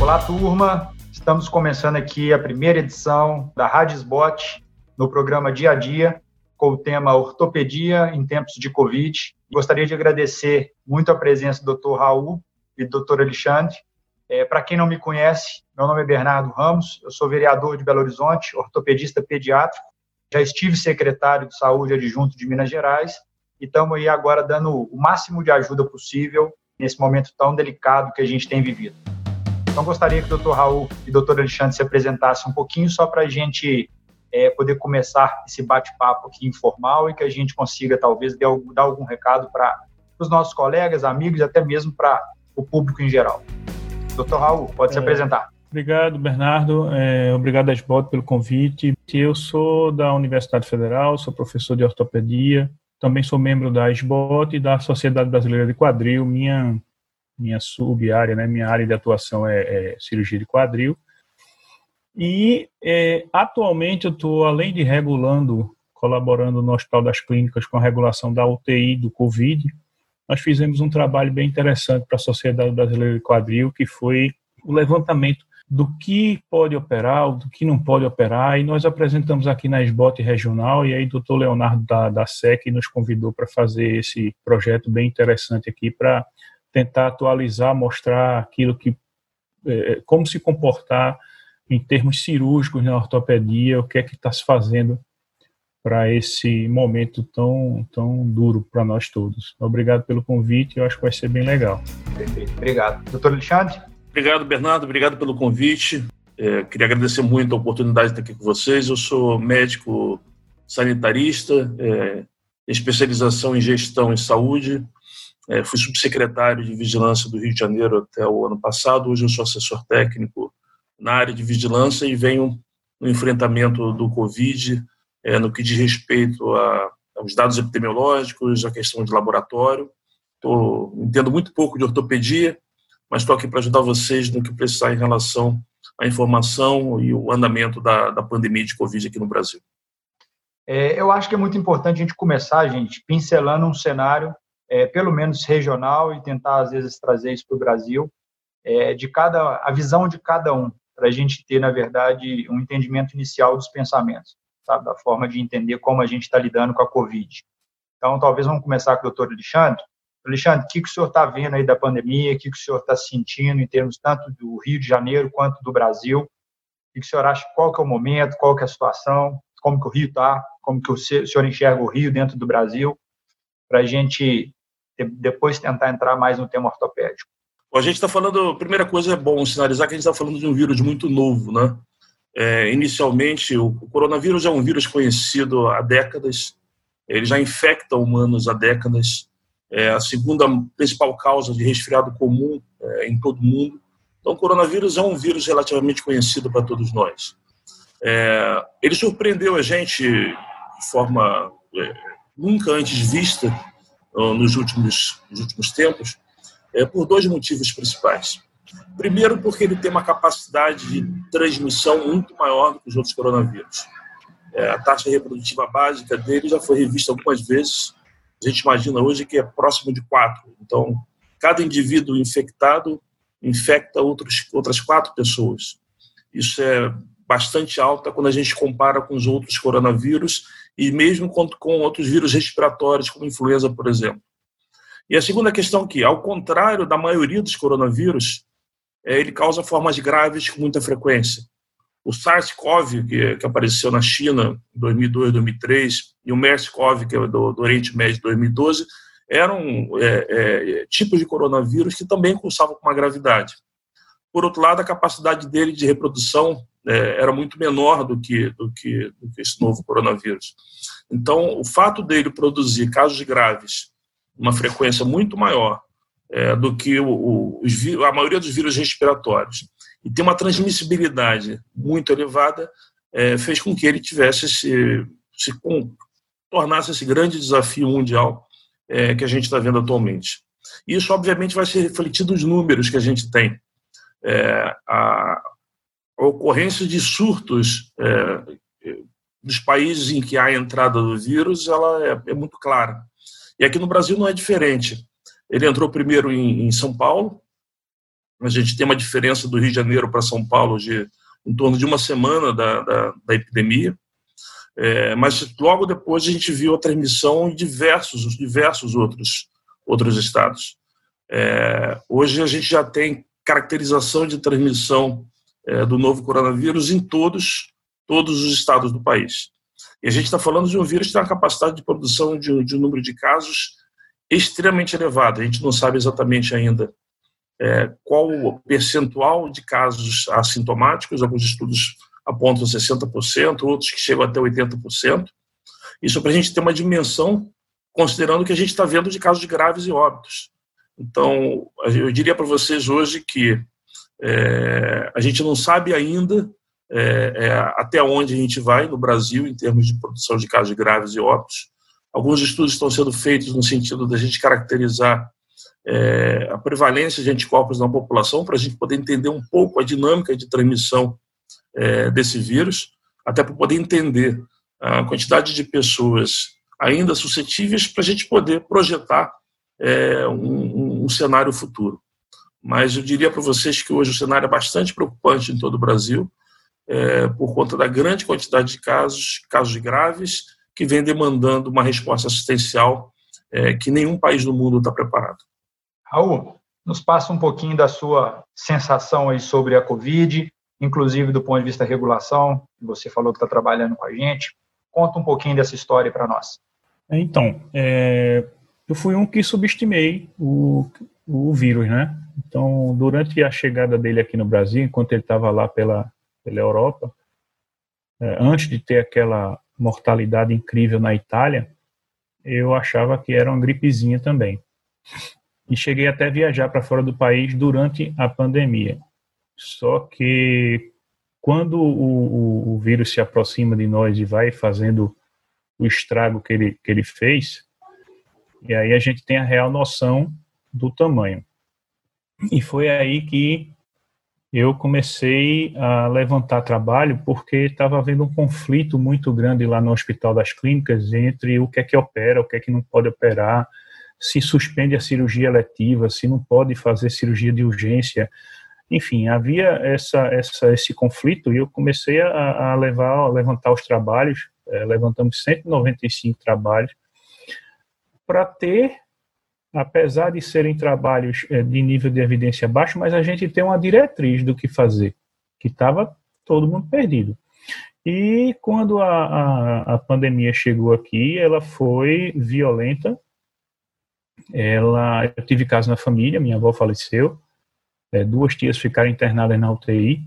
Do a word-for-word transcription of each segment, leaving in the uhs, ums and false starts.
Olá, turma! Estamos começando aqui a primeira edição da Rádio Sbot no programa Dia a Dia, com o tema Ortopedia em Tempos de Covid. Gostaria de agradecer muito a presença do doutor Raul e do doutor Alexandre. É, Para quem não me conhece, meu nome é Bernardo Ramos, eu sou vereador de Belo Horizonte, ortopedista pediátrico, já estive secretário de Saúde adjunto de Minas Gerais e estamos aí agora dando o máximo de ajuda possível nesse momento tão delicado que a gente tem vivido. Então, gostaria que o doutor Raul e o doutor Alexandre se apresentassem um pouquinho só para a gente é, poder começar esse bate-papo aqui informal e que a gente consiga, talvez, dar algum recado para os nossos colegas, amigos e até mesmo para o público em geral. doutor Raul, pode é, se apresentar. Obrigado, Bernardo. É, obrigado à Sbot pelo convite. Eu sou da Universidade Federal, sou professor de ortopedia, também sou membro da Sbot e da Sociedade Brasileira de Quadril. Minha, minha sub-área, né, minha área de atuação é, é cirurgia de quadril. E é, atualmente eu estou, além de regulando, colaborando no Hospital das Clínicas com a regulação da U T I do Covid, nós fizemos um trabalho bem interessante para a Sociedade Brasileira de Quadril, que foi o levantamento do que pode operar, do que não pode operar, e nós apresentamos aqui na Sbot Regional, e aí o doutor Leonardo da, da S E C nos convidou para fazer esse projeto bem interessante aqui, para tentar atualizar, mostrar aquilo que, é, como se comportar em termos cirúrgicos na ortopedia, o que é que está se fazendo para esse momento tão, tão duro para nós todos. Obrigado pelo convite, eu acho que vai ser bem legal. Perfeito, obrigado. doutor Alexandre? Obrigado, Bernardo, obrigado pelo convite. É, queria agradecer muito a oportunidade de estar aqui com vocês. Eu sou médico sanitarista, é, especialização em gestão em saúde, é, fui subsecretário de vigilância do Rio de Janeiro até o ano passado, hoje eu sou assessor técnico na área de vigilância e venho no enfrentamento do Covid, é, no que diz respeito a, aos dados epidemiológicos, a questão de laboratório. Tô, entendo muito pouco de ortopedia, mas estou aqui para ajudar vocês no que precisar em relação à informação e o andamento da, da pandemia de Covid aqui no Brasil. É, eu acho que é muito importante a gente começar, gente, pincelando um cenário, é, pelo menos regional, e tentar, às vezes, trazer isso para o Brasil, é, de cada, a visão de cada um, para a gente ter, na verdade, um entendimento inicial dos pensamentos, sabe, da forma de entender como a gente está lidando com a Covid. Então, talvez vamos começar com o doutor Alexandre. Alexandre, o que, que o senhor está vendo aí da pandemia, o que, que o senhor está sentindo em termos tanto do Rio de Janeiro quanto do Brasil? O que, que o senhor acha, qual que é o momento, qual que é a situação, como que o Rio está, como que o senhor enxerga o Rio dentro do Brasil, para a gente depois tentar entrar mais no tema ortopédico? A gente está falando, a primeira coisa é bom sinalizar que a gente está falando de um vírus muito novo, né? É, inicialmente, o, o coronavírus é um vírus conhecido há décadas, ele já infecta humanos há décadas, é a segunda principal causa de resfriado comum é, em todo o mundo. Então, o coronavírus é um vírus relativamente conhecido para todos nós. É, ele surpreendeu a gente de forma é, nunca antes vista uh, nos, últimos, nos últimos tempos, é, por dois motivos principais. Primeiro, porque ele tem uma capacidade de transmissão muito maior do que os outros coronavírus. É, a taxa reprodutiva básica dele já foi revista algumas vezes. A gente imagina hoje que é próximo de quatro. Então, cada indivíduo infectado infecta outros, outras quatro pessoas. Isso é bastante alta quando a gente compara com os outros coronavírus e mesmo com, com outros vírus respiratórios, como influenza, por exemplo. E a segunda questão que, ao contrário da maioria dos coronavírus, é, ele causa formas graves com muita frequência. O SARS-CoV, que, que apareceu na China em dois mil e dois, dois mil e três, e o MERS-CoV, que é do, do Oriente Médio, em dois mil e doze, eram é, é, tipos de coronavírus que também cursavam com uma gravidade. Por outro lado, a capacidade dele de reprodução é, era muito menor do que, do, que, do que esse novo coronavírus. Então, o fato dele produzir casos graves, uma frequência muito maior é, do que o, o, os, a maioria dos vírus respiratórios, e ter uma transmissibilidade muito elevada, é, fez com que ele tivesse esse, se com, tornasse esse grande desafio mundial é, que a gente está vendo atualmente. Isso, obviamente, vai ser refletido nos números que a gente tem. É, a, a ocorrência de surtos é, dos países em que há a entrada do vírus, ela é, é muito clara. E aqui no Brasil não é diferente. Ele entrou primeiro em, em São Paulo, A gente tem uma diferença do Rio de Janeiro para São Paulo de em torno de uma semana da, da, da epidemia, é, mas logo depois a gente viu a transmissão em diversos, diversos outros, outros estados. É, hoje a gente já tem caracterização de transmissão é, do novo coronavírus em todos, todos os estados do país. E a gente está falando de um vírus que tem uma capacidade de produção de, de um número de casos extremamente elevado. A gente não sabe exatamente ainda é, qual o percentual de casos assintomáticos. Alguns estudos apontam sessenta por cento, outros que chegam até oitenta por cento. Isso para a gente ter uma dimensão, considerando que a gente está vendo de casos graves e óbitos. Então, eu diria para vocês hoje que é, a gente não sabe ainda é, é, até onde a gente vai no Brasil em termos de produção de casos graves e óbitos. Alguns estudos estão sendo feitos no sentido da gente caracterizar é, a prevalência de anticorpos na população para a gente poder entender um pouco a dinâmica de transmissão é, desse vírus, até para poder entender a quantidade de pessoas ainda suscetíveis para a gente poder projetar é, um, um cenário futuro. Mas eu diria para vocês que hoje o cenário é bastante preocupante em todo o Brasil, é, por conta da grande quantidade de casos, casos graves, que vem demandando uma resposta assistencial é, que nenhum país do mundo está preparado. Raul, nos passa um pouquinho da sua sensação aí sobre a Covid, inclusive do ponto de vista da regulação. Você falou que está trabalhando com a gente. Conta um pouquinho dessa história para nós. Então, é, eu fui um que subestimei o, o vírus, né? Então, durante a chegada dele aqui no Brasil, enquanto ele estava lá pela, pela Europa, é, antes de ter aquela mortalidade incrível na Itália, eu achava que era uma gripezinha também. E cheguei até a viajar para fora do país durante a pandemia. Só que quando o, o, o vírus se aproxima de nós e vai fazendo o estrago que ele, que ele fez, e aí a gente tem a real noção do tamanho. E foi aí que eu comecei a levantar trabalho, porque estava havendo um conflito muito grande lá no Hospital das Clínicas entre o que é que opera, o que é que não pode operar, se suspende a cirurgia eletiva, se não pode fazer cirurgia de urgência. Enfim, havia essa, essa, esse conflito e eu comecei a, a, levar, a levantar os trabalhos, é, levantamos cento e noventa e cinco trabalhos, para ter, apesar de serem trabalhos é, de nível de evidência baixo, mas a gente tem uma diretriz do que fazer, que estava todo mundo perdido. E quando a, a, a pandemia chegou aqui, ela foi violenta. Ela, eu tive caso na família, minha avó faleceu, é, duas tias ficaram internadas na U T I,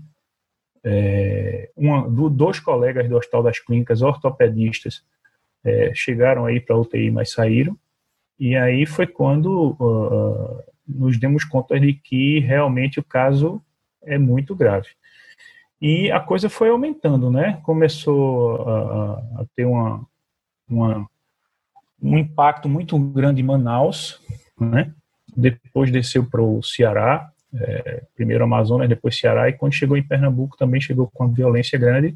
é, uma, do, dois colegas do Hospital das Clínicas, ortopedistas, é, chegaram aí para a U T I, mas saíram, e aí foi quando uh, nos demos conta de que realmente o caso é muito grave. E a coisa foi aumentando, né? Começou a, a ter uma, uma, um impacto muito grande em Manaus, né? Depois desceu para o Ceará, é, primeiro Amazonas, depois Ceará, e quando chegou em Pernambuco também chegou com uma violência grande.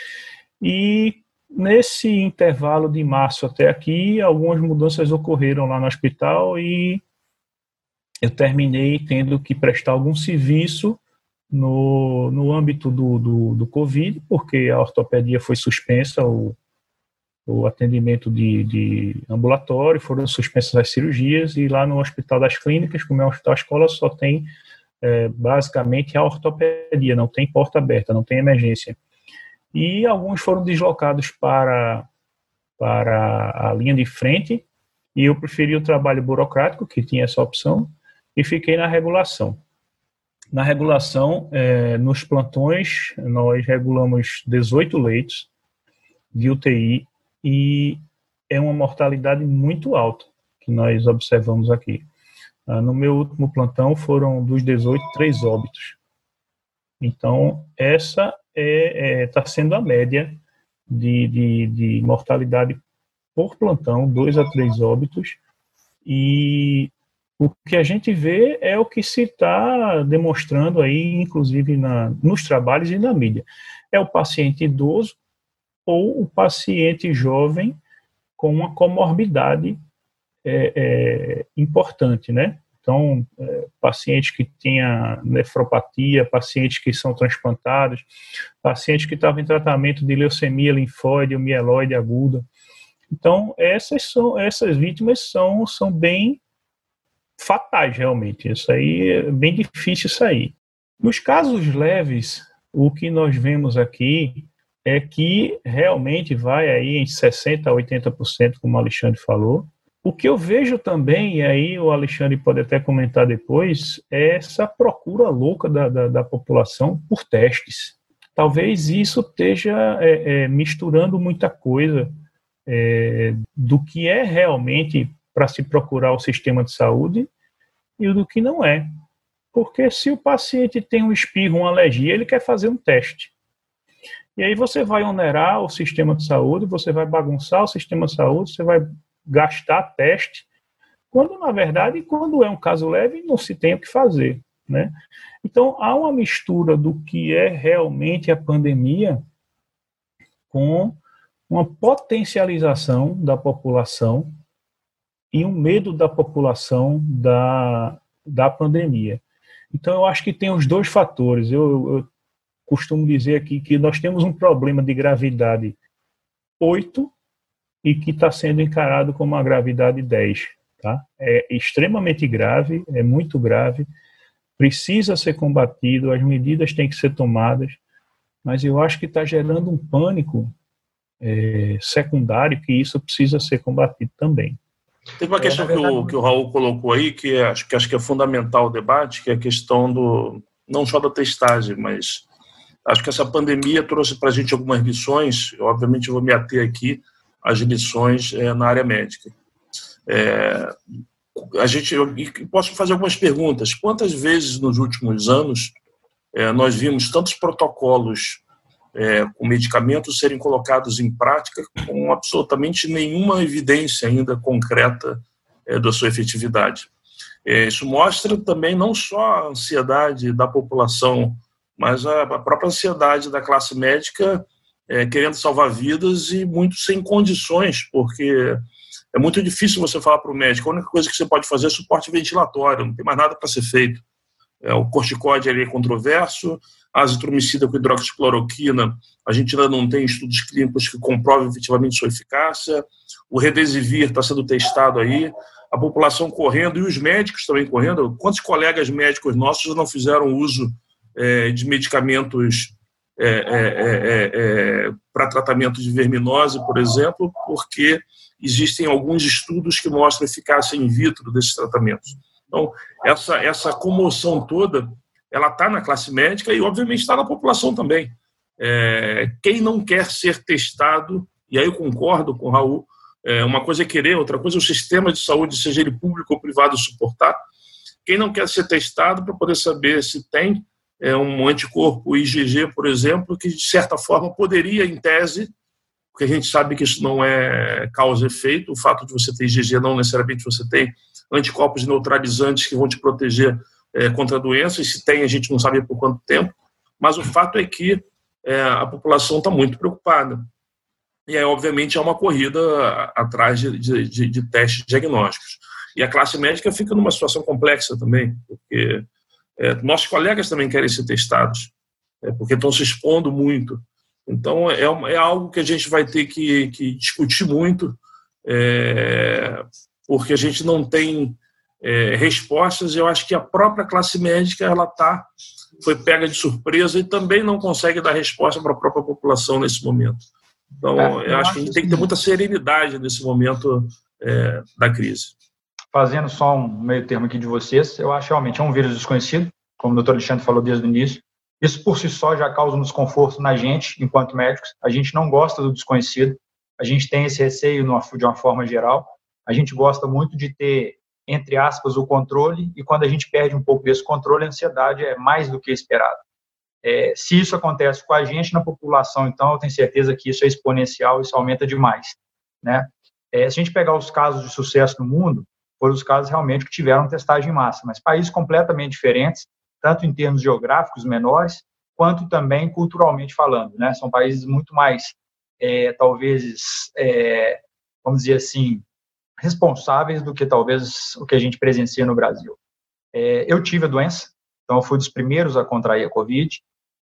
E nesse intervalo de março até aqui, algumas mudanças ocorreram lá no hospital e eu terminei tendo que prestar algum serviço no, no âmbito do, do, do Covid, porque a ortopedia foi suspensa, o, o atendimento de, de ambulatório, foram suspensas as cirurgias, e lá no Hospital das Clínicas, como é um hospital escola, só tem é, basicamente a ortopedia, não tem porta aberta, não tem emergência. E alguns foram deslocados para, para a linha de frente, e eu preferi o trabalho burocrático, que tinha essa opção, e fiquei na regulação. Na regulação, é, nos plantões, nós regulamos dezoito leitos de U T I, e é uma mortalidade muito alta que nós observamos aqui. Ah, no meu último plantão foram dos dezoito, três óbitos. Então, essa está é, é, sendo a média de, de, de mortalidade por plantão, dois a três óbitos, e o que a gente vê é o que se está demonstrando aí, inclusive na, nos trabalhos e na mídia. É o paciente idoso ou o paciente jovem com uma comorbidade é, é, importante, né? Então, é, pacientes que tinham nefropatia, pacientes que são transplantados, pacientes que estavam em tratamento de leucemia linfóide ou mieloide aguda. Então, essas, são, essas vítimas são, são bem fatais, realmente. Isso aí é bem difícil sair. Nos casos leves, o que nós vemos aqui é que realmente vai aí em sessenta por cento a oitenta por cento, como o Alexandre falou. O que eu vejo também, e aí o Alexandre pode até comentar depois, é essa procura louca da, da, da população por testes. Talvez isso esteja é, é, misturando muita coisa é, do que é realmente para se procurar o sistema de saúde e do que não é. Porque se o paciente tem um espirro, uma alergia, ele quer fazer um teste. E aí você vai onerar o sistema de saúde, você vai bagunçar o sistema de saúde, você vai gastar teste, quando, na verdade, quando é um caso leve, não se tem o que fazer, né? Então, há uma mistura do que é realmente a pandemia com uma potencialização da população e um medo da população da, da pandemia. Então, eu acho que tem os dois fatores. Eu, eu costumo dizer aqui que nós temos um problema de gravidade oito e que está sendo encarado como uma gravidade dez. Tá? É extremamente grave, é muito grave, precisa ser combatido, as medidas têm que ser tomadas, mas eu acho que está gerando um pânico é, secundário, que isso precisa ser combatido também. Tem uma questão é, verdade, que, o, que o Raul colocou aí, que é, acho, que acho que é fundamental o debate, que é a questão do, não só da testagem, mas acho que essa pandemia trouxe para a gente algumas lições, eu obviamente vou me ater aqui às lições é, na área médica. É, a gente, eu posso fazer algumas perguntas. Quantas vezes nos últimos anos é, nós vimos tantos protocolos é, com medicamentos serem colocados em prática com absolutamente nenhuma evidência ainda concreta é, da sua efetividade? É, isso mostra também não só a ansiedade da população, mas a, a própria ansiedade da classe médica é, querendo salvar vidas e muito sem condições, porque é muito difícil você falar para o médico, a única coisa que você pode fazer é suporte ventilatório, não tem mais nada para ser feito. É, o corticóide ali é controverso, a azitromicina com hidroxicloroquina, a gente ainda não tem estudos clínicos que comprovem efetivamente sua eficácia, o Remdesivir está sendo testado aí, a população correndo e os médicos também correndo. Quantos colegas médicos nossos não fizeram uso é, de medicamentos é, é, é, é, para tratamento de verminose, por exemplo, porque existem alguns estudos que mostram eficácia in vitro desses tratamentos. Então, essa, essa comoção toda, ela está na classe médica e, obviamente, está na população também. É, quem não quer ser testado, e aí eu concordo com o Raul, é, uma coisa é querer, outra coisa é o sistema de saúde, seja ele público ou privado, suportar. Quem não quer ser testado para poder saber se tem é, um anticorpo I G G, por exemplo, que, de certa forma, poderia, em tese, porque a gente sabe que isso não é causa e efeito, o fato de você ter I G G não necessariamente você tem anticorpos neutralizantes que vão te proteger é, contra a doença, e se tem a gente não sabe por quanto tempo, mas o fato é que é, a população está muito preocupada. E aí, obviamente, é uma corrida atrás de, de, de testes diagnósticos. E a classe médica fica numa situação complexa também, porque é, nossos colegas também querem ser testados, é, porque estão se expondo muito. Então, é, é algo que a gente vai ter que, que discutir muito, é, porque a gente não tem é, respostas. Eu acho que a própria classe médica ela tá, foi pega de surpresa e também não consegue dar resposta para a própria população nesse momento. Então, é, eu, eu acho que a gente tem que ter muita serenidade nesse momento é, da crise. Fazendo só um meio termo aqui de vocês, eu acho realmente é um vírus desconhecido, como o doutor Alexandre falou desde o início. Isso por si só já causa um desconforto na gente, enquanto médicos. A gente não gosta do desconhecido, a gente tem esse receio de uma forma geral. A gente gosta muito de ter, entre aspas, o controle, e quando a gente perde um pouco desse controle, a ansiedade é mais do que esperado. É, se isso acontece com a gente na população, então eu tenho certeza que isso é exponencial, isso aumenta demais, né? É, se a gente pegar os casos de sucesso no mundo, foram os casos realmente que tiveram testagem em massa, mas países completamente diferentes, tanto em termos geográficos menores, quanto também culturalmente falando, né? São países muito mais, é, talvez, é, vamos dizer assim, responsáveis do que talvez o que a gente presencia no Brasil. É, eu tive a doença, então eu fui dos primeiros a contrair a Covid.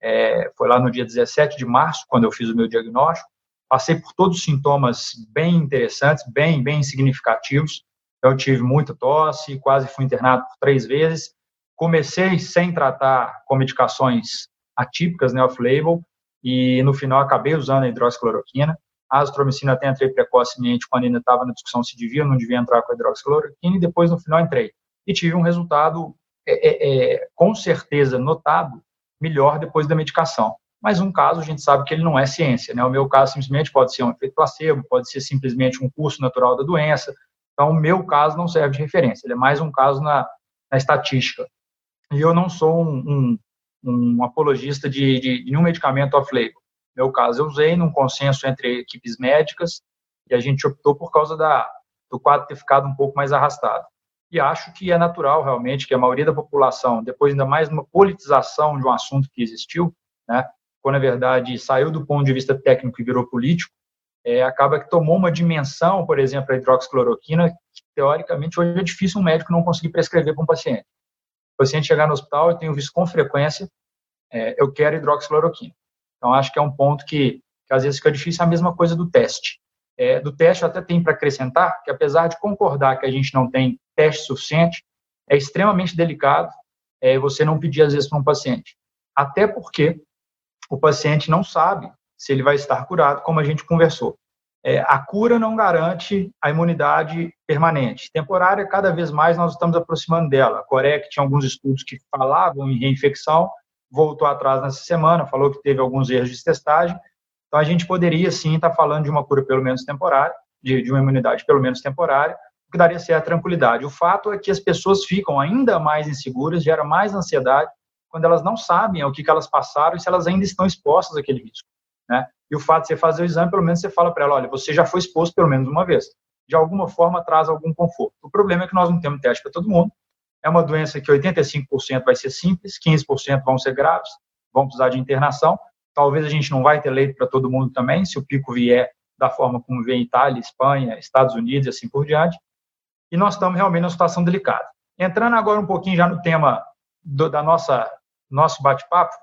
É, foi lá no dia dezessete de março, quando eu fiz o meu diagnóstico. Passei por todos os sintomas bem interessantes, bem, bem significativos. Eu tive muita tosse, quase fui internado por três vezes. Comecei sem tratar com medicações atípicas, né, off-label, e no final acabei usando a hidroxicloroquina. A azitromicina até entrei precocemente quando ainda estava na discussão se devia ou não devia entrar com a hidroxicloroquina, e depois no final entrei. E tive um resultado, é, é, é, com certeza, notado, melhor depois da medicação. Mas um caso, a gente sabe que ele não é ciência, né? O meu caso simplesmente pode ser um efeito placebo, pode ser simplesmente um curso natural da doença. Então, o meu caso não serve de referência, ele é mais um caso na, na estatística. E eu não sou um, um, um apologista de, de, de nenhum medicamento off-label. No meu caso, eu usei num consenso entre equipes médicas e a gente optou por causa da, do quadro ter ficado um pouco mais arrastado. E acho que é natural, realmente, que a maioria da população, depois ainda mais uma politização de um assunto que existiu, né, quando, na verdade, saiu do ponto de vista técnico e virou político, é, acaba que tomou uma dimensão, por exemplo, a hidroxicloroquina, que, teoricamente, hoje é difícil um médico não conseguir prescrever para um paciente. O paciente chegar no hospital, eu tenho visto com frequência, é, eu quero hidroxicloroquina. Então, acho que é um ponto que, que às vezes fica difícil, a mesma coisa do teste. É, do teste eu até tenho para acrescentar que, apesar de concordar que a gente não tem teste suficiente, é extremamente delicado é, você não pedir, às vezes, para um paciente. Até porque o paciente não sabe se ele vai estar curado, como a gente conversou. É, a cura não garante a imunidade permanente. Temporária, cada vez mais nós estamos aproximando dela. A Coreia, que tinha alguns estudos que falavam em reinfecção, voltou atrás nessa semana, falou que teve alguns erros de testagem. Então, a gente poderia, sim, estar falando de uma cura pelo menos temporária, de, de uma imunidade pelo menos temporária, o que daria certa tranquilidade. O fato é que as pessoas ficam ainda mais inseguras, gera mais ansiedade, quando elas não sabem o que, que elas passaram e se elas ainda estão expostas àquele risco, né? E o fato de você fazer o exame, pelo menos você fala para ela, olha, você já foi exposto pelo menos uma vez. De alguma forma, traz algum conforto. O problema é que nós não temos teste para todo mundo. É uma doença que oitenta e cinco por cento vai ser simples, quinze por cento vão ser graves, vão precisar de internação. Talvez a gente não vai ter leito para todo mundo também, se o pico vier da forma como vem Itália, Espanha, Estados Unidos e assim por diante. E nós estamos realmente numa situação delicada. Entrando agora um pouquinho já no tema do, da nossa nosso bate-papo,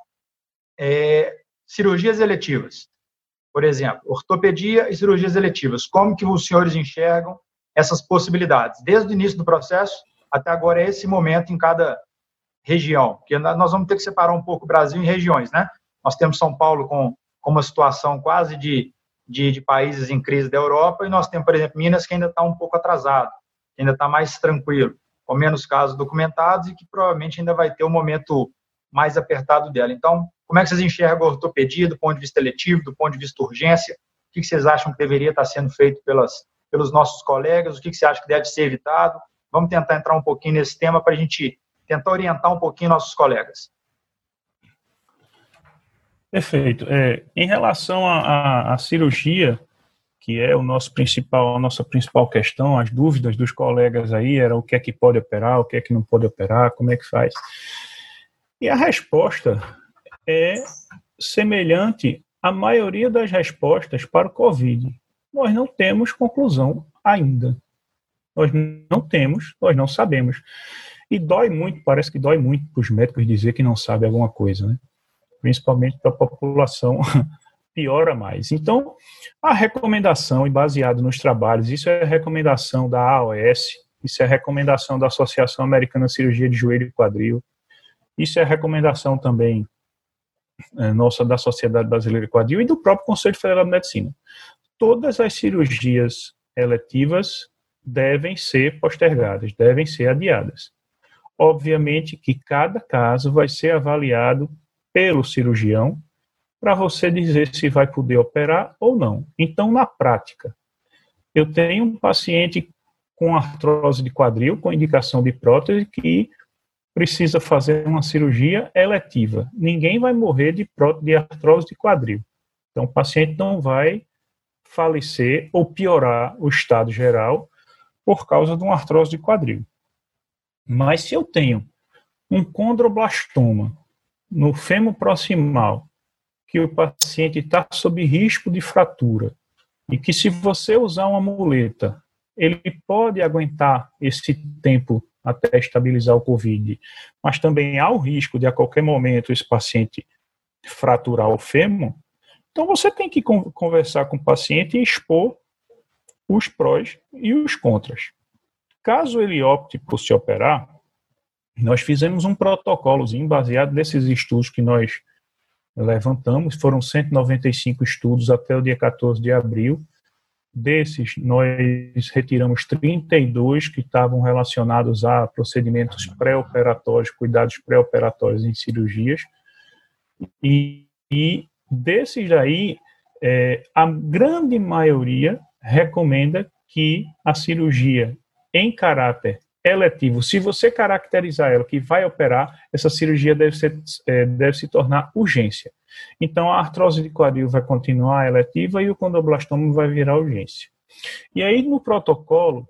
é, cirurgias eletivas. Por exemplo, ortopedia e cirurgias eletivas. Como que os senhores enxergam essas possibilidades? Desde o início do processo até agora, é esse momento em cada região. Porque nós vamos ter que separar um pouco o Brasil em regiões, né? Nós temos São Paulo com, com uma situação quase de, de, de países em crise da Europa, e nós temos, por exemplo, Minas, que ainda está um pouco atrasado, que ainda está mais tranquilo, com menos casos documentados e que provavelmente ainda vai ter um momento mais apertado dela. Então, como é que vocês enxergam a ortopedia do ponto de vista eletivo, do ponto de vista urgência? O que vocês acham que deveria estar sendo feito pelas, pelos nossos colegas? O que você acha que deve ser evitado? Vamos tentar entrar um pouquinho nesse tema para a gente tentar orientar um pouquinho nossos colegas. Perfeito. É, em relação à cirurgia, que é o nosso principal, a nossa principal questão, as dúvidas dos colegas aí era o que é que pode operar, o que é que não pode operar, como é que faz. E a resposta é semelhante à maioria das respostas para o Covid. Nós não temos conclusão ainda. Nós não temos, nós não sabemos. E dói muito, parece que dói muito para os médicos dizer que não sabe alguma coisa, né? Principalmente para a população, piora mais. Então, a recomendação, e baseado nos trabalhos, isso é a recomendação da A O S, isso é a recomendação da Associação Americana de Cirurgia de Joelho e Quadril, isso é a recomendação também é, nossa da Sociedade Brasileira de Quadril e do próprio Conselho Federal de Medicina. Todas as cirurgias eletivas devem ser postergadas, devem ser adiadas. Obviamente que cada caso vai ser avaliado pelo cirurgião para você dizer se vai poder operar ou não. Então, na prática, eu tenho um paciente com artrose de quadril, com indicação de prótese, que precisa fazer uma cirurgia eletiva. Ninguém vai morrer de, pró- de artrose de quadril. Então, o paciente não vai falecer ou piorar o estado geral por causa de uma artrose de quadril. Mas se eu tenho um condroblastoma no fêmur proximal, que o paciente está sob risco de fratura, e que se você usar uma muleta, ele pode aguentar esse tempo até estabilizar o Covid, mas também há o risco de a qualquer momento esse paciente fraturar o fêmur, então você tem que conversar com o paciente e expor os prós e os contras. Caso ele opte por se operar, nós fizemos um protocolozinho baseado nesses estudos que nós levantamos, foram cento e noventa e cinco estudos até o dia quatorze de abril. Desses, nós retiramos trinta e dois que estavam relacionados a procedimentos pré-operatórios, cuidados pré-operatórios em cirurgias. E, e desses daí, é, a grande maioria recomenda que a cirurgia em caráter eletivo, se você caracterizar ela que vai operar, essa cirurgia deve, ser, é, deve se tornar urgência. Então, a artrose de quadril vai continuar eletiva e o condoblastoma vai virar urgência. E aí, no protocolo,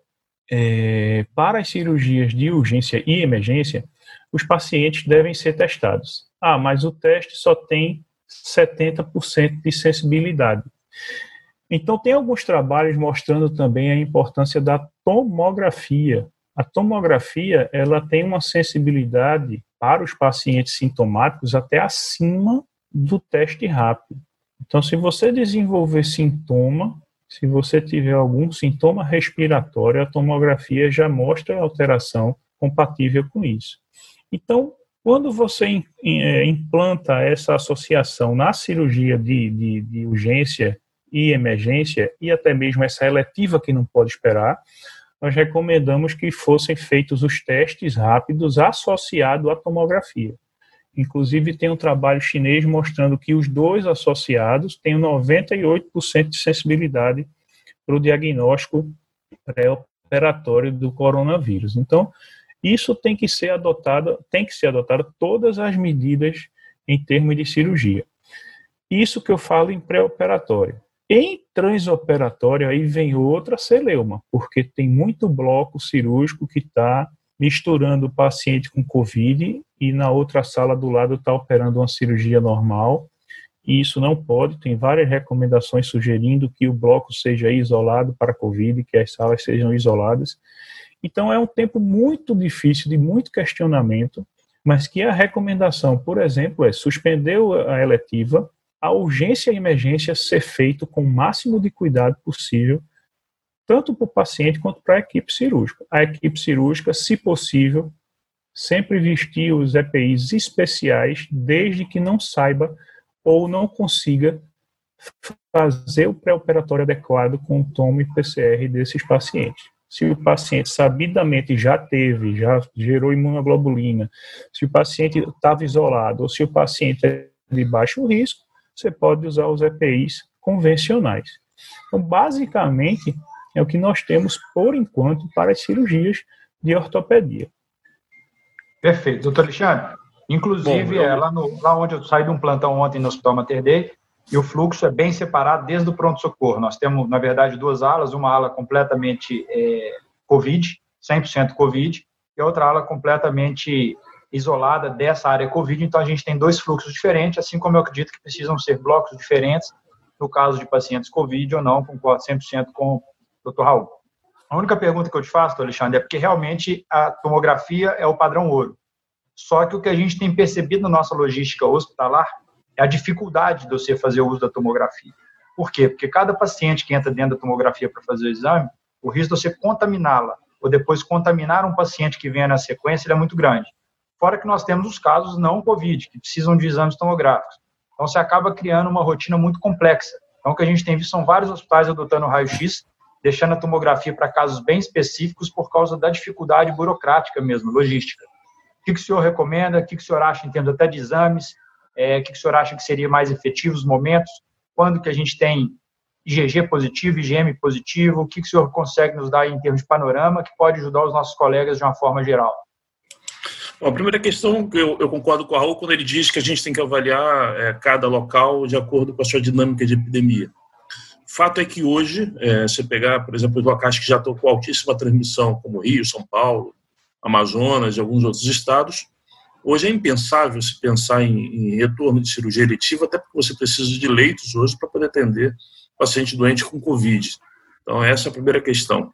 é, para as cirurgias de urgência e emergência, os pacientes devem ser testados. Ah, mas o teste só tem setenta por cento de sensibilidade. Então, tem alguns trabalhos mostrando também a importância da tomografia. A tomografia, ela tem uma sensibilidade para os pacientes sintomáticos até acima do teste rápido. Então, se você desenvolver sintoma, se você tiver algum sintoma respiratório, a tomografia já mostra alteração compatível com isso. Então, quando você implanta essa associação na cirurgia de, de, de urgência e emergência, e até mesmo essa eletiva que não pode esperar, nós recomendamos que fossem feitos os testes rápidos associados à tomografia. Inclusive, tem um trabalho chinês mostrando que os dois associados têm noventa e oito por cento de sensibilidade para o diagnóstico pré-operatório do coronavírus. Então, isso tem que ser adotado, tem que ser adotado todas as medidas em termos de cirurgia. Isso que eu falo em pré-operatório. Em transoperatório, aí vem outra celeuma, porque tem muito bloco cirúrgico que está misturando o paciente com Covid e na outra sala do lado está operando uma cirurgia normal, e isso não pode, tem várias recomendações sugerindo que o bloco seja isolado para Covid, que as salas sejam isoladas. Então é um tempo muito difícil, de muito questionamento, mas que a recomendação, por exemplo, é suspender a eletiva, a urgência e emergência ser feito com o máximo de cuidado possível, tanto para o paciente quanto para a equipe cirúrgica. A equipe cirúrgica, se possível, sempre vestir os E P Is especiais, desde que não saiba ou não consiga fazer o pré-operatório adequado com o tomo e P C R desses pacientes. Se o paciente sabidamente já teve, já gerou imunoglobulina, se o paciente estava isolado ou se o paciente é de baixo risco, você pode usar os E P Is convencionais. Então, basicamente, é o que nós temos, por enquanto, para as cirurgias de ortopedia. Perfeito. Doutor Alexandre, inclusive, Bom, eu... é, lá, no, lá onde eu saí de um plantão ontem no Hospital Mater Dei, e o fluxo é bem separado desde o pronto-socorro. Nós temos, na verdade, duas alas, uma ala completamente é, Covid, cem por cento Covid, e outra ala completamente isolada dessa área Covid, então a gente tem dois fluxos diferentes, assim como eu acredito que precisam ser blocos diferentes no caso de pacientes Covid ou não, concordo cem por cento com o doutor Raul. A única pergunta que eu te faço, doutor Alexandre, é porque realmente a tomografia é o padrão ouro. Só que o que a gente tem percebido na nossa logística hospitalar é a dificuldade de você fazer o uso da tomografia. Por quê? Porque cada paciente que entra dentro da tomografia para fazer o exame, o risco de você contaminá-la ou depois contaminar um paciente que venha na sequência, ele é muito grande. Fora que nós temos os casos não Covid, que precisam de exames tomográficos. Então, você acaba criando uma rotina muito complexa. Então, o que a gente tem visto são vários hospitais adotando o raio-x, deixando a tomografia para casos bem específicos por causa da dificuldade burocrática mesmo, logística. O que, que o senhor recomenda? O que, que o senhor acha em termos até de exames? É, o que, que o senhor acha que seria mais efetivo os momentos? Quando que a gente tem I G G positivo, I G M positivo? O que, que o senhor consegue nos dar em termos de panorama que pode ajudar os nossos colegas de uma forma geral? Bom, a primeira questão, eu, eu concordo com o Raul quando ele diz que a gente tem que avaliar é, cada local de acordo com a sua dinâmica de epidemia. Fato é que hoje, é, você pegar, por exemplo, locais que já estão com altíssima transmissão, como Rio, São Paulo, Amazonas e alguns outros estados, hoje é impensável se pensar em, em retorno de cirurgia eletiva, até porque você precisa de leitos hoje para poder atender paciente doente com Covid. Então, essa é a primeira questão.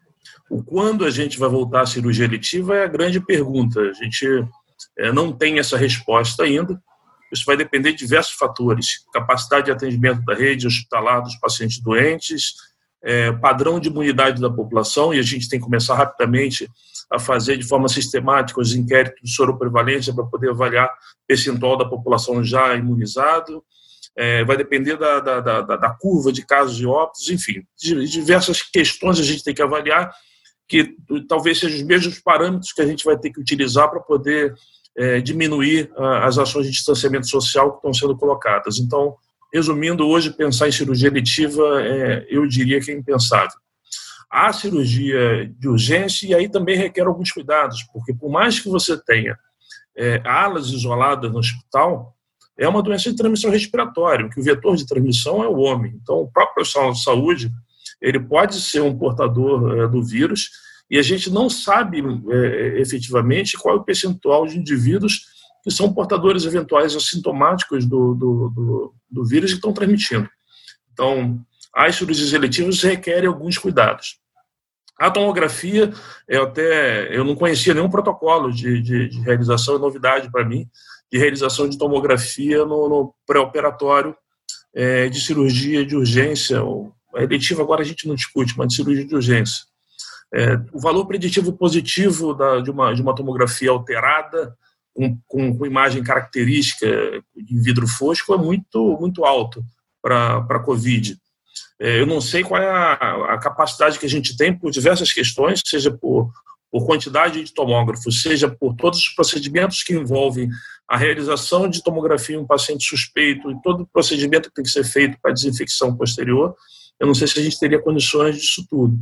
O quando a gente vai voltar à cirurgia eletiva é a grande pergunta. A gente é, não tem essa resposta ainda. Isso vai depender de diversos fatores: capacidade de atendimento da rede hospitalar dos pacientes doentes, é, padrão de imunidade da população, e a gente tem que começar rapidamente a fazer de forma sistemática os inquéritos de soroprevalência para poder avaliar o percentual da população já imunizado. É, vai depender da, da, da, da curva de casos de óbitos, enfim, diversas questões a gente tem que avaliar, que talvez sejam os mesmos parâmetros que a gente vai ter que utilizar para poder é, diminuir a, as ações de distanciamento social que estão sendo colocadas. Então, resumindo, hoje pensar em cirurgia eletiva, é, eu diria que é impensável. Há cirurgia de urgência e aí também requer alguns cuidados, porque por mais que você tenha é, alas isoladas no hospital, é uma doença de transmissão respiratória, que o vetor de transmissão é o homem. Então, o próprio profissional de saúde, ele pode ser um portador é, do vírus, e a gente não sabe é, efetivamente qual é o percentual de indivíduos que são portadores eventuais assintomáticos do, do, do, do vírus e estão transmitindo. Então, as cirurgias eletivas requerem alguns cuidados. A tomografia, eu até eu não conhecia nenhum protocolo de, de, de realização, é novidade para mim, de realização de tomografia no, no pré-operatório é, de cirurgia de urgência. A eletiva agora a gente não discute, mas de cirurgia de urgência. É, o valor preditivo positivo da, de, uma, de uma tomografia alterada, com, com, com imagem característica em vidro fosco, é muito, muito alto para a COVID. É, eu não sei qual é a, a capacidade que a gente tem por diversas questões, seja por, por quantidade de tomógrafos, seja por todos os procedimentos que envolvem a realização de tomografia em um paciente suspeito e todo o procedimento que tem que ser feito para a desinfecção posterior. Eu não sei se a gente teria condições disso tudo.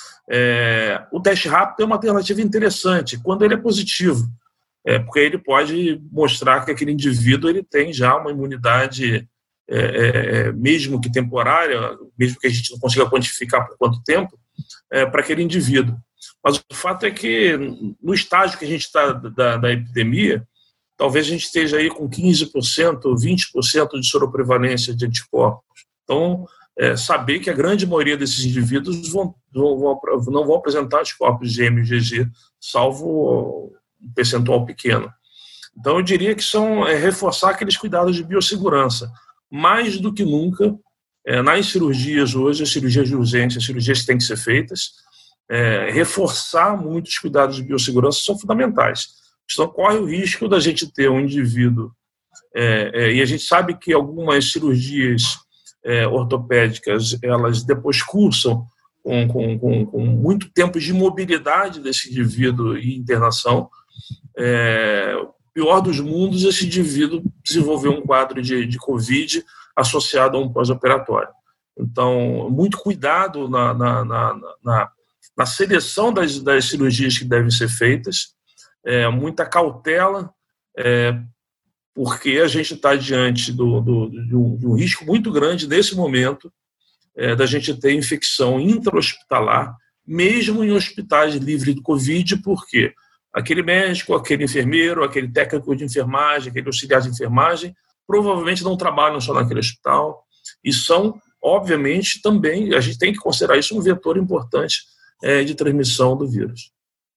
É, o teste rápido é uma alternativa interessante quando ele é positivo, é, porque ele pode mostrar que aquele indivíduo ele tem já uma imunidade, é, é, mesmo que temporária, mesmo que a gente não consiga quantificar por quanto tempo, é, para aquele indivíduo. Mas o fato é que no estágio que a gente está da, da epidemia, talvez a gente esteja aí com quinze por cento, vinte por cento de soroprevalência de anticorpos. Então, é, saber que a grande maioria desses indivíduos vão, vão, vão, não vão apresentar anticorpos G M e G G, salvo um percentual pequeno. Então, eu diria que são é, reforçar aqueles cuidados de biossegurança. Mais do que nunca, é, nas cirurgias hoje, as cirurgias de urgência, as cirurgias que têm que ser feitas, é, reforçar muito os cuidados de biossegurança são fundamentais. Então, corre o risco da gente ter um indivíduo, é, é, e a gente sabe que algumas cirurgias é, ortopédicas, elas depois cursam com, com, com, com muito tempo de imobilidade desse indivíduo e internação. É, pior dos mundos, esse indivíduo desenvolveu um quadro de, de COVID associado a um pós-operatório. Então, muito cuidado na, na, na, na, na seleção das, das cirurgias que devem ser feitas, é, muita cautela, é, porque a gente está diante do, do, de, um, de um risco muito grande nesse momento é, da gente ter infecção intra-hospitalar, mesmo em hospitais livres do COVID, porque aquele médico, aquele enfermeiro, aquele técnico de enfermagem, aquele auxiliar de enfermagem, provavelmente não trabalham só naquele hospital e são, obviamente, também, a gente tem que considerar isso um vetor importante é, de transmissão do vírus.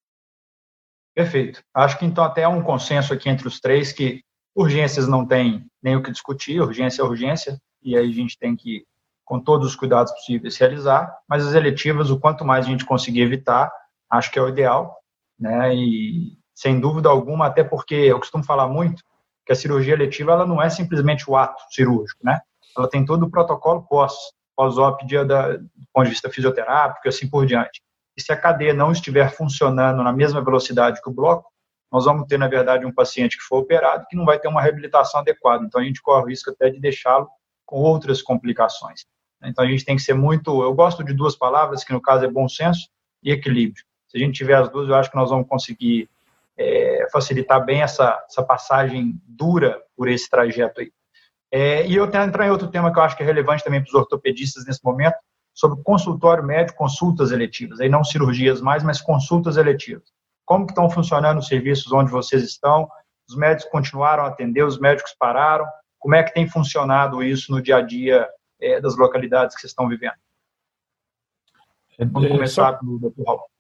Perfeito. Acho que então até há um consenso aqui entre os três que urgências não tem nem o que discutir, urgência é urgência, e aí a gente tem que, com todos os cuidados possíveis, realizar, mas as eletivas, o quanto mais a gente conseguir evitar, acho que é o ideal, né? E sem dúvida alguma, até porque eu costumo falar muito que a cirurgia eletiva ela não é simplesmente o ato cirúrgico, né? Ela tem todo o protocolo pós, pós-op do ponto de vista fisioterápico e assim por diante. E se a cadeia não estiver funcionando na mesma velocidade que o bloco, nós vamos ter, na verdade, um paciente que for operado que não vai ter uma reabilitação adequada. Então, a gente corre o risco até de deixá-lo com outras complicações. Então, a gente tem que ser muito... Eu gosto de duas palavras, que no caso é bom senso e equilíbrio. Se a gente tiver as duas, eu acho que nós vamos conseguir é, facilitar bem essa, essa passagem dura por esse trajeto aí. É, e eu quero entrar em outro tema que eu acho que é relevante também para os ortopedistas nesse momento, sobre consultório médico, consultas eletivas, aí não cirurgias mais, mas consultas eletivas. Como que estão funcionando os serviços onde vocês estão? Os médicos continuaram a atender, os médicos pararam? Como é que tem funcionado isso no dia a dia é, das localidades que vocês estão vivendo? Vamos começar pelo doutor Raul.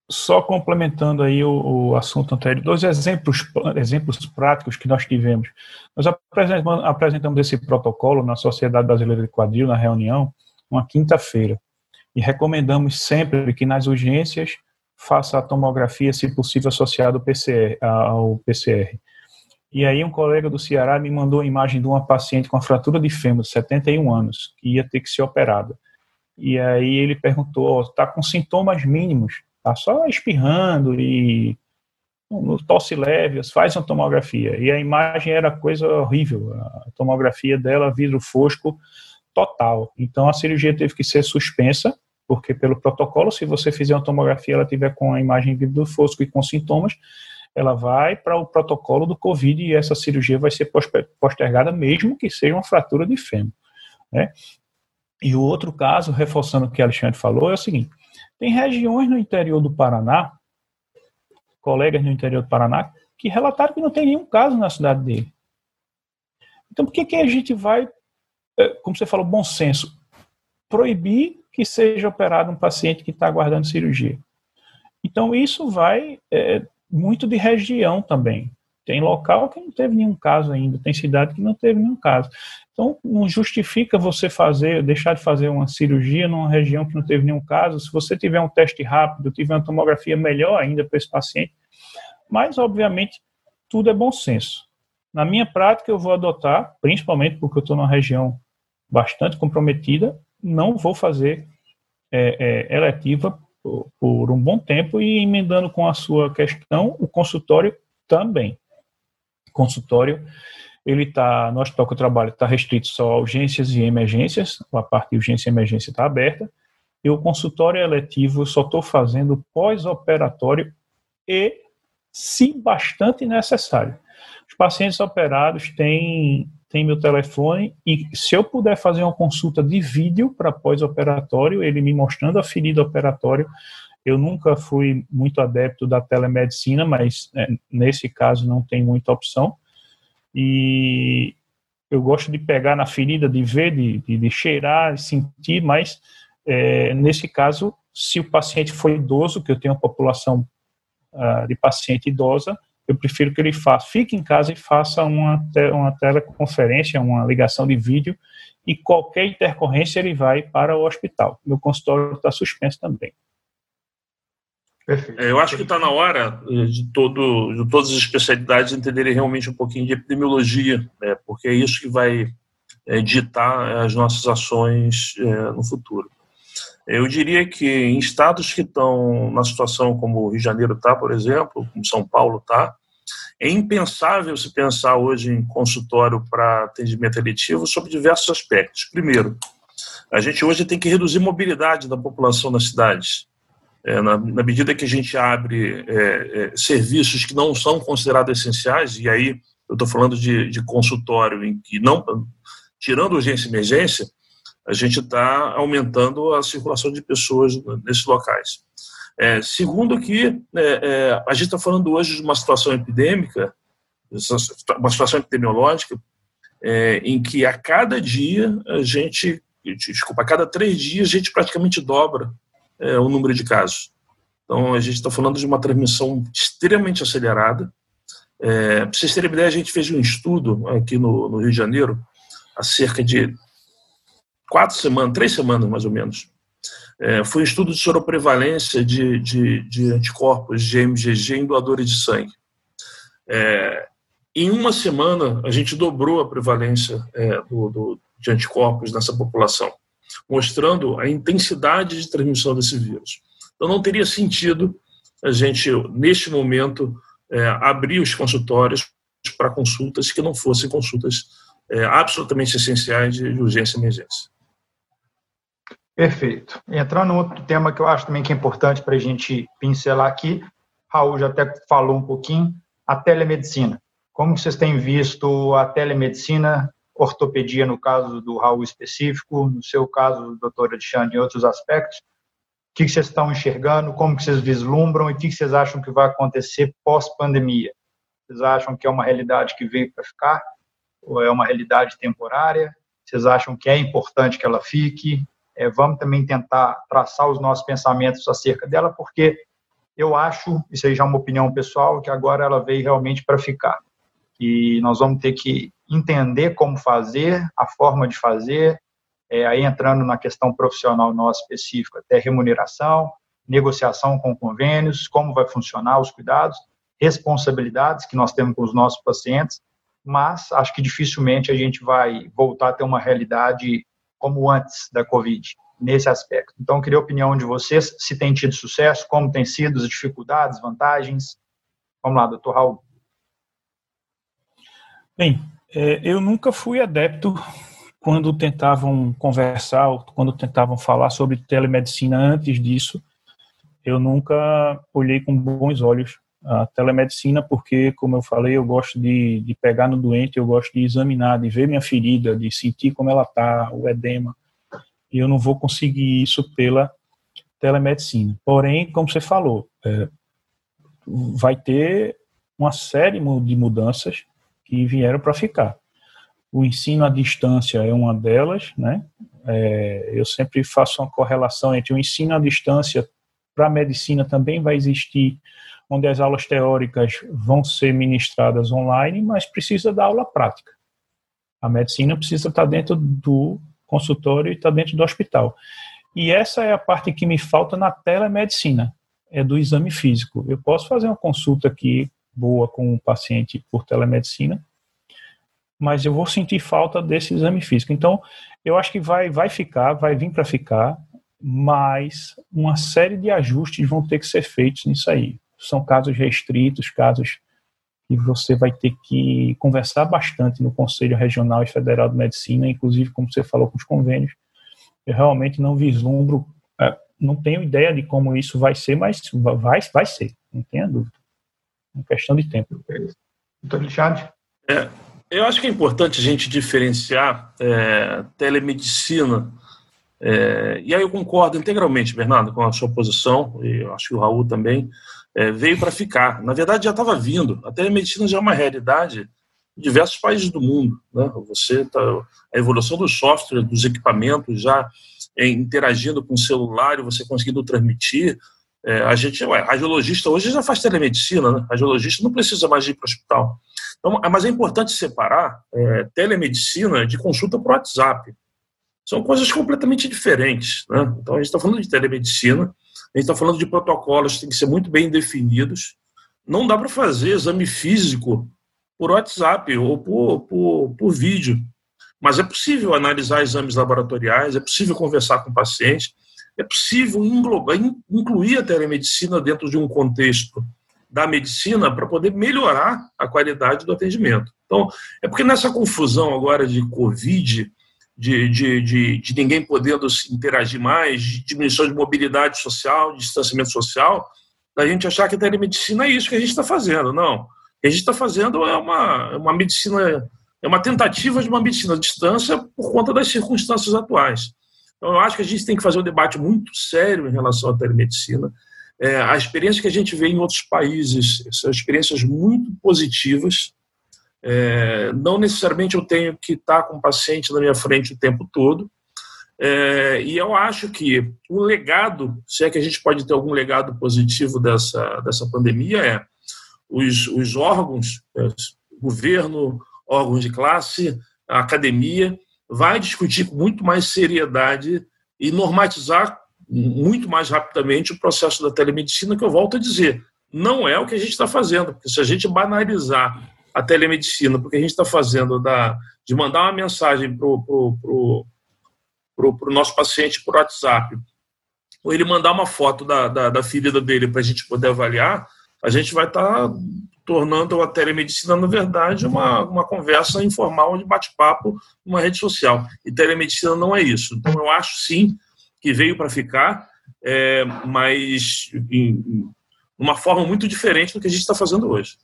Só complementando aí o, o assunto anterior, dois exemplos, exemplos práticos que nós tivemos. Nós apresentamos, apresentamos esse protocolo na Sociedade Brasileira de Quadril, na reunião, uma quinta-feira, e recomendamos sempre que nas urgências faça a tomografia, se possível, associada ao P C R, ao P C R. E aí um colega do Ceará me mandou a imagem de uma paciente com a fratura de fêmur, de setenta e um anos, que ia ter que ser operada. E aí ele perguntou, está com sintomas mínimos, está só espirrando e no tosse leve, faz uma tomografia. E a imagem era coisa horrível, a tomografia dela, vidro fosco total. Então a cirurgia teve que ser suspensa, porque pelo protocolo, se você fizer uma tomografia, ela tiver com a imagem vidro fosco e com sintomas, ela vai para o protocolo do Covid e essa cirurgia vai ser postergada mesmo que seja uma fratura de fêmur, né? E o outro caso, reforçando o que Alexandre falou, é o seguinte, tem regiões no interior do Paraná, colegas no interior do Paraná, que relataram que não tem nenhum caso na cidade dele. Então, por que, que a gente vai, como você falou, bom senso, proibir que seja operado um paciente que está aguardando cirurgia? Então, isso vai é, muito de região também. Tem local que não teve nenhum caso ainda, tem cidade que não teve nenhum caso. Então, não justifica você fazer, deixar de fazer uma cirurgia numa região que não teve nenhum caso, se você tiver um teste rápido, tiver uma tomografia melhor ainda para esse paciente. Mas, obviamente, tudo é bom senso. Na minha prática, eu vou adotar, principalmente porque eu estou numa região bastante comprometida, não vou fazer é, é, eletiva por, por um bom tempo e emendando com a sua questão, o consultório também. Consultório, ele está, no hospital que eu trabalho, está restrito só a urgências e emergências, a parte de urgência e emergência está aberta, e o consultório eletivo eu só estou fazendo pós-operatório e, se bastante necessário. Os pacientes operados têm, têm meu telefone e se eu puder fazer uma consulta de vídeo para pós-operatório, ele me mostrando a ferida operatória. Eu nunca fui muito adepto da telemedicina, mas é, nesse caso não tem muita opção. E eu gosto de pegar na ferida, de ver, de, de, de cheirar, de sentir, mas é, nesse caso, se o paciente for idoso, que eu tenho uma população uh, de paciente idosa, eu prefiro que ele faça, fique em casa e faça uma, te, uma teleconferência, uma ligação de vídeo, e qualquer intercorrência ele vai para o hospital. Meu consultório está suspenso também. Eu acho que está na hora de, todo, de todas as especialidades entenderem realmente um pouquinho de epidemiologia, né, porque é isso que vai é, ditar as nossas ações é, no futuro. Eu diria que em estados que estão na situação como o Rio de Janeiro está, por exemplo, como São Paulo está, é impensável se pensar hoje em consultório para atendimento eletivo sob diversos aspectos. Primeiro, a gente hoje tem que reduzir a mobilidade da população nas cidades. É, na, na medida que a gente abre é, é, serviços que não são considerados essenciais, e aí eu estou falando de, de consultório em que não, tirando urgência e emergência, a gente está aumentando a circulação de pessoas nesses locais. É, segundo que é, é, a gente está falando hoje de uma situação epidêmica, uma situação epidemiológica, é, em que a cada dia a gente, desculpa, a cada três dias a gente praticamente dobra É, o número de casos. Então, a gente está falando de uma transmissão extremamente acelerada. É, para vocês terem uma ideia, a gente fez um estudo aqui no, no Rio de Janeiro, há cerca de quatro semanas, três semanas mais ou menos. É, foi um estudo de soroprevalência de, de, de anticorpos de M G G em doadores de sangue. É, em uma semana, a gente dobrou a prevalência é, do, do, de anticorpos nessa população, mostrando a intensidade de transmissão desse vírus. Então, não teria sentido a gente, neste momento, é, abrir os consultórios para consultas que não fossem consultas é, absolutamente essenciais de urgência e emergência. Perfeito. Entrando em outro tema que eu acho também que é importante para a gente pincelar aqui, Raul já até falou um pouquinho, a telemedicina. Como vocês têm visto a telemedicina, ortopedia no caso do Raul específico, no seu caso, doutor Alexandre, em outros aspectos, o que vocês estão enxergando, como vocês vislumbram e o que vocês acham que vai acontecer pós-pandemia? Vocês acham que é uma realidade que veio para ficar ou é uma realidade temporária? Vocês acham que é importante que ela fique? É, vamos também tentar traçar os nossos pensamentos acerca dela, porque eu acho, isso aí já é uma opinião pessoal, que agora ela veio realmente para ficar. E nós vamos ter que entender como fazer, a forma de fazer, é, aí entrando na questão profissional nossa específica, até remuneração, negociação com convênios, como vai funcionar os cuidados, responsabilidades que nós temos com os nossos pacientes, mas acho que dificilmente a gente vai voltar a ter uma realidade como antes da Covid, nesse aspecto. Então, eu queria a opinião de vocês, se tem tido sucesso, como tem sido as dificuldades, vantagens. Vamos lá, doutor Raul. Bem, eu nunca fui adepto quando tentavam conversar, quando tentavam falar sobre telemedicina antes disso. Eu nunca olhei com bons olhos a telemedicina, porque, como eu falei, eu gosto de, de pegar no doente, eu gosto de examinar, de ver minha ferida, de sentir como ela está, o edema, e eu não vou conseguir isso pela telemedicina. Porém, como você falou, é, vai ter uma série de mudanças que vieram para ficar. O ensino à distância é uma delas, né? É, eu sempre faço uma correlação entre o ensino à distância para a medicina também vai existir, onde as aulas teóricas vão ser ministradas online, mas precisa da aula prática. A medicina precisa estar dentro do consultório e estar dentro do hospital. E essa é a parte que me falta na telemedicina, é do exame físico. Eu posso fazer uma consulta aqui boa com o paciente por telemedicina, mas eu vou sentir falta desse exame físico. Então, eu acho que vai, vai ficar, vai vir para ficar, mas uma série de ajustes vão ter que ser feitos nisso aí. São casos restritos, casos que você vai ter que conversar bastante no Conselho Regional e Federal de Medicina, inclusive, como você falou, com os convênios. Eu realmente não vislumbro, não tenho ideia de como isso vai ser, mas vai, vai ser, não tenha dúvida. É uma questão de tempo. Doutor Alexandre? É, eu acho que é importante a gente diferenciar é, telemedicina. É, e aí eu concordo integralmente, Bernardo, com a sua posição, e eu acho que o Raul também, é, veio para ficar. Na verdade, já estava vindo. A telemedicina já é uma realidade em diversos países do mundo, né? Você tá, a evolução do software, dos equipamentos, já é, interagindo com o celular e você conseguindo transmitir. É, a gente, ué, radiologista hoje já faz telemedicina, né? Radiologista não precisa mais ir para o hospital. Então, mas é importante separar é, telemedicina de consulta por WhatsApp. São coisas completamente diferentes, né? Então, a gente está falando de telemedicina, a gente está falando de protocolos que têm que ser muito bem definidos. Não dá para fazer exame físico por WhatsApp ou por, por, por vídeo, mas é possível analisar exames laboratoriais, é possível conversar com o paciente, é possível englobar, incluir a telemedicina dentro de um contexto da medicina para poder melhorar a qualidade do atendimento. Então, é porque nessa confusão agora de Covid, De, de, de, de ninguém podendo interagir mais, de diminuição de mobilidade social, de distanciamento social, da gente achar que a telemedicina é isso que a gente está fazendo. Não. O que a gente está fazendo é uma, uma medicina, é uma tentativa de uma medicina à distância por conta das circunstâncias atuais. Então, eu acho que a gente tem que fazer um debate muito sério em relação à telemedicina. É, a experiência que a gente vê em outros países são experiências muito positivas. É, não necessariamente eu tenho que estar com o paciente na minha frente o tempo todo, é, e eu acho que o legado, se é que a gente pode ter algum legado positivo dessa, dessa pandemia, é os, os órgãos, é, governo, órgãos de classe, a academia, vai discutir com muito mais seriedade e normatizar muito mais rapidamente o processo da telemedicina, que eu volto a dizer, não é o que a gente está fazendo, porque se a gente banalizar a telemedicina, porque a gente está fazendo da, de mandar uma mensagem para o pro, pro, pro, pro nosso paciente por WhatsApp, ou ele mandar uma foto da, da, da ferida dele para a gente poder avaliar, a gente vai estar tá tornando a telemedicina, na verdade, uma, uma conversa informal de bate-papo numa rede social. E telemedicina não é isso. Então, eu acho, sim, que veio para ficar, é, mas em uma forma muito diferente do que a gente está fazendo hoje.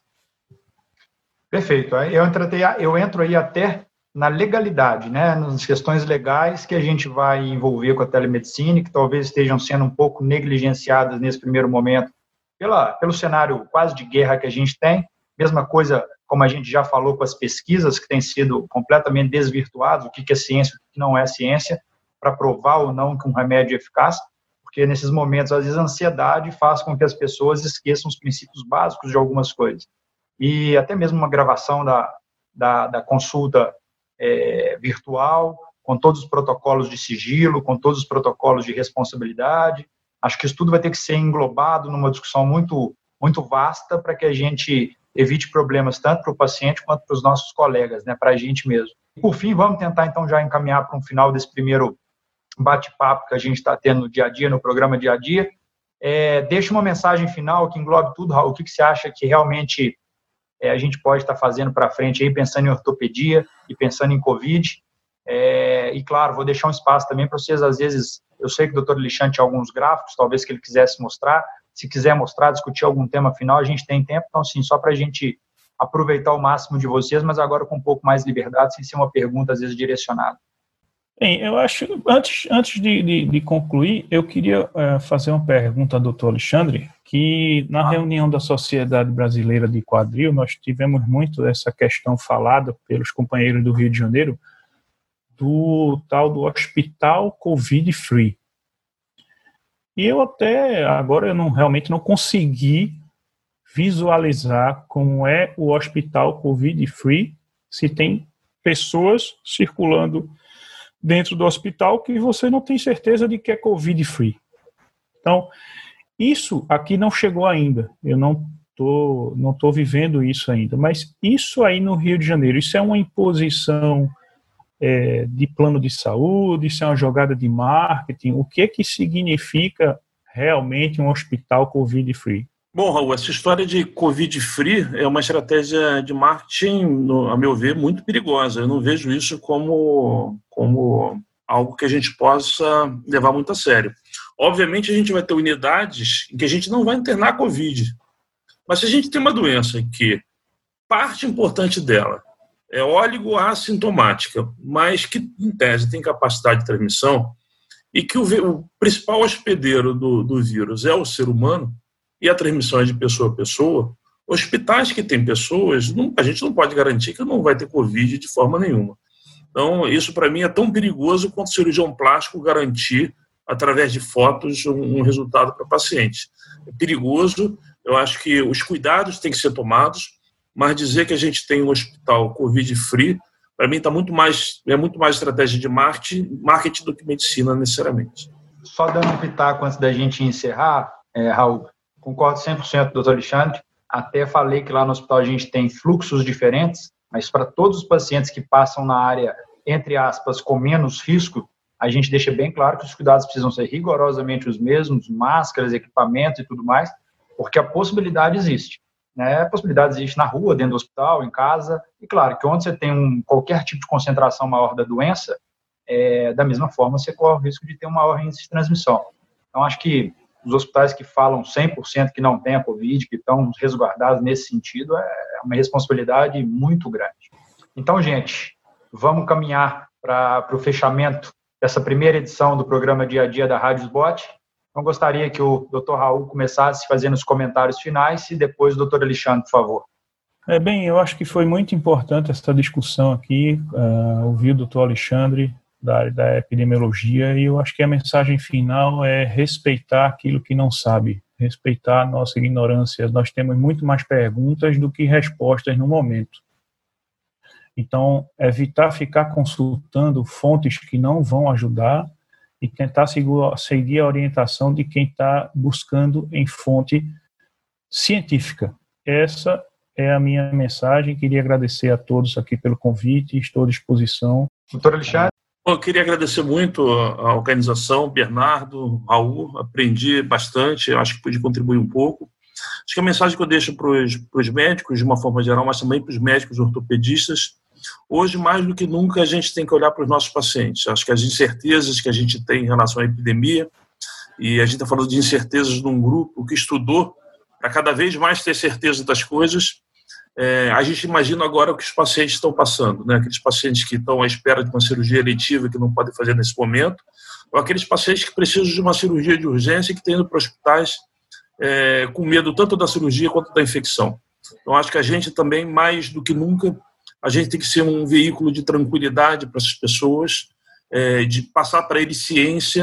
Perfeito. Eu, entratei, eu entro aí até na legalidade, né, nas questões legais que a gente vai envolver com a telemedicina, que talvez estejam sendo um pouco negligenciadas nesse primeiro momento pela, pelo cenário quase de guerra que a gente tem. Mesma coisa, como a gente já falou, com as pesquisas que têm sido completamente desvirtuadas, o que é ciência, o que não é ciência, para provar ou não que um remédio é eficaz, porque nesses momentos, às vezes, a ansiedade faz com que as pessoas esqueçam os princípios básicos de algumas coisas. E até mesmo uma gravação da, da, da consulta é, virtual, com todos os protocolos de sigilo, com todos os protocolos de responsabilidade. Acho que isso tudo vai ter que ser englobado numa discussão muito, muito vasta para que a gente evite problemas tanto para o paciente quanto para os nossos colegas, né, para a gente mesmo. E, por fim, vamos tentar, então, já encaminhar para um final desse primeiro bate-papo que a gente está tendo no dia a dia, no programa dia a dia. É, deixa uma mensagem final que englobe tudo, Raul. O que, que você acha que realmente é, a gente pode estar tá fazendo para frente, aí, pensando em ortopedia e pensando em Covid? É, e, claro, vou deixar um espaço também para vocês, às vezes, eu sei que o doutor Alexandre tinha alguns gráficos, talvez que ele quisesse mostrar. Se quiser mostrar, discutir algum tema final, a gente tem tempo. Então, sim, só para a gente aproveitar o máximo de vocês, mas agora com um pouco mais de liberdade, sem ser uma pergunta, às vezes, direcionada. Bem, eu acho, antes, antes de, de, de concluir, eu queria uh, fazer uma pergunta ao doutor Alexandre, que na ah. reunião da Sociedade Brasileira de Quadril, nós tivemos muito essa questão falada pelos companheiros do Rio de Janeiro, do tal do Hospital Covid-Free. E eu até, agora eu não, realmente não consegui visualizar como é o Hospital Covid-Free, se tem pessoas circulando dentro do hospital que você não tem certeza de que é Covid-Free. Então, isso aqui não chegou ainda. Eu não tô, não tô vivendo isso ainda. Mas isso aí no Rio de Janeiro, isso é uma imposição é, de plano de saúde, isso é uma jogada de marketing. O que é que significa realmente um hospital Covid-Free? Bom, Raul, essa história de Covid-Free é uma estratégia de marketing, no, a meu ver, muito perigosa. Eu não vejo isso como, como algo que a gente possa levar muito a sério. Obviamente, a gente vai ter unidades em que a gente não vai internar Covid. Mas se a gente tem uma doença que parte importante dela é oligoassintomática, mas que, em tese, tem capacidade de transmissão, e que o, o principal hospedeiro do, do vírus é o ser humano, e a transmissão é de pessoa a pessoa, hospitais que têm pessoas, não, a gente não pode garantir que não vai ter Covid de forma nenhuma. Então, isso para mim é tão perigoso quanto o cirurgião plástico garantir, através de fotos, um, um resultado para paciente. É perigoso, eu acho que os cuidados têm que ser tomados, mas dizer que a gente tem um hospital Covid-free, para mim tá muito mais, é muito mais estratégia de marketing, marketing do que medicina necessariamente. Só dando um pitaco antes da gente encerrar, é, Raul, concordo cem por cento com o doutor Alexandre, até falei que lá no hospital a gente tem fluxos diferentes, mas para todos os pacientes que passam na área, entre aspas, com menos risco, a gente deixa bem claro que os cuidados precisam ser rigorosamente os mesmos, máscaras, equipamentos e tudo mais, porque a possibilidade existe. Né? A possibilidade existe na rua, dentro do hospital, em casa, e claro que onde você tem um, qualquer tipo de concentração maior da doença, é, da mesma forma você corre o risco de ter um maior índice de transmissão. Então, acho que os hospitais que falam cem por cento que não tem a Covid, que estão resguardados nesse sentido, é uma responsabilidade muito grande. Então, gente, vamos caminhar para o fechamento dessa primeira edição do programa Dia a Dia da Rádio Sbot. Então, gostaria que o doutor Raul começasse fazendo os comentários finais e depois o doutor Alexandre, por favor. É, bem, eu acho que foi muito importante essa discussão aqui, uh, ouvir o doutor Alexandre da área da epidemiologia, e eu acho que a mensagem final é respeitar aquilo que não sabe, respeitar a nossa ignorância. Nós temos muito mais perguntas do que respostas no momento. Então, evitar ficar consultando fontes que não vão ajudar e tentar seguir a orientação de quem está buscando em fonte científica. Essa é a minha mensagem. Queria agradecer a todos aqui pelo convite, estou à disposição. Doutor Alexandre? Eu queria agradecer muito a organização, Bernardo, Raul, aprendi bastante, acho que pude contribuir um pouco. Acho que a mensagem que eu deixo para os médicos, de uma forma geral, mas também para os médicos ortopedistas, hoje, mais do que nunca, a gente tem que olhar para os nossos pacientes. Acho que as incertezas que a gente tem em relação à epidemia, e a gente está falando de incertezas de um grupo que estudou para cada vez mais ter certeza das coisas, é, a gente imagina agora o que os pacientes estão passando, né? Aqueles pacientes que estão à espera de uma cirurgia eletiva que não podem fazer nesse momento, ou aqueles pacientes que precisam de uma cirurgia de urgência e que estão indo para hospitais é, com medo tanto da cirurgia quanto da infecção. Então, acho que a gente também, mais do que nunca, a gente tem que ser um veículo de tranquilidade para essas pessoas, é, de passar para eles ciência,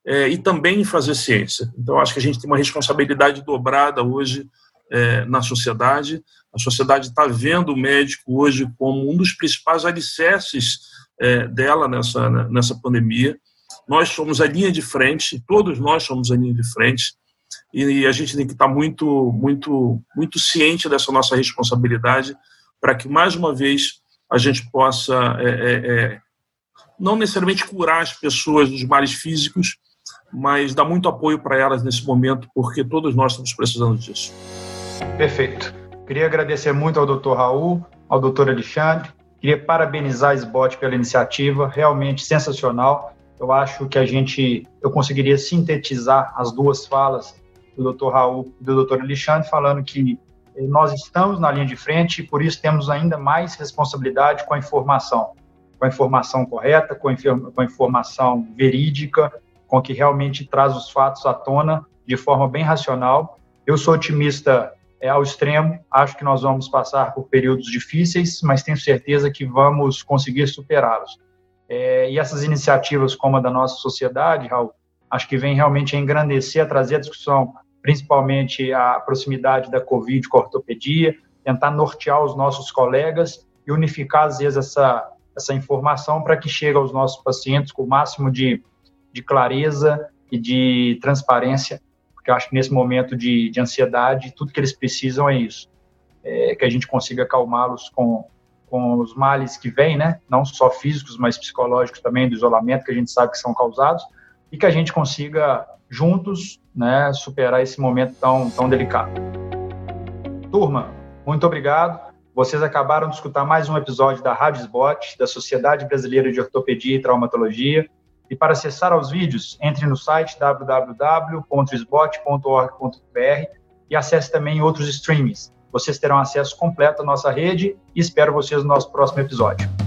é, e também em fazer ciência. Então, acho que a gente tem uma responsabilidade dobrada hoje é, na sociedade. A sociedade está vendo o médico hoje como um dos principais alicerces é, dela nessa, nessa pandemia. Nós somos a linha de frente, todos nós somos a linha de frente, e a gente tem que estar muito, muito, muito ciente dessa nossa responsabilidade para que, mais uma vez, a gente possa é, é, não necessariamente curar as pessoas dos males físicos, mas dar muito apoio para elas nesse momento, porque todos nós estamos precisando disso. Perfeito. Queria agradecer muito ao doutor Raul, ao doutor Alexandre, queria parabenizar a S B O T pela iniciativa, realmente sensacional. Eu acho que a gente, eu conseguiria sintetizar as duas falas do doutor Raul e do doutor Alexandre, falando que nós estamos na linha de frente e, por isso, temos ainda mais responsabilidade com a informação, com a informação correta, com a, com a informação verídica, com que realmente traz os fatos à tona de forma bem racional. Eu sou otimista é, ao extremo, acho que nós vamos passar por períodos difíceis, mas tenho certeza que vamos conseguir superá-los. É, e essas iniciativas como a da nossa sociedade, Raul, acho que vem realmente a engrandecer, a trazer a discussão, principalmente a proximidade da Covid com a ortopedia, tentar nortear os nossos colegas e unificar, às vezes, essa, essa informação para que chegue aos nossos pacientes com o máximo de, de clareza e de transparência, porque eu acho que nesse momento de, de ansiedade, tudo que eles precisam é isso, é que a gente consiga acalmá-los com, com os males que vêm, né? Não só físicos, mas psicológicos também, do isolamento, que a gente sabe que são causados, e que a gente consiga, juntos, né, superar esse momento tão, tão delicado. Turma, muito obrigado. Vocês acabaram de escutar mais um episódio da Rádio S B O T, da Sociedade Brasileira de Ortopedia e Traumatologia. E para acessar os vídeos, entre no site w w w ponto s b o t ponto org ponto b r e acesse também outros streamings. Vocês terão acesso completo à nossa rede e espero vocês no nosso próximo episódio.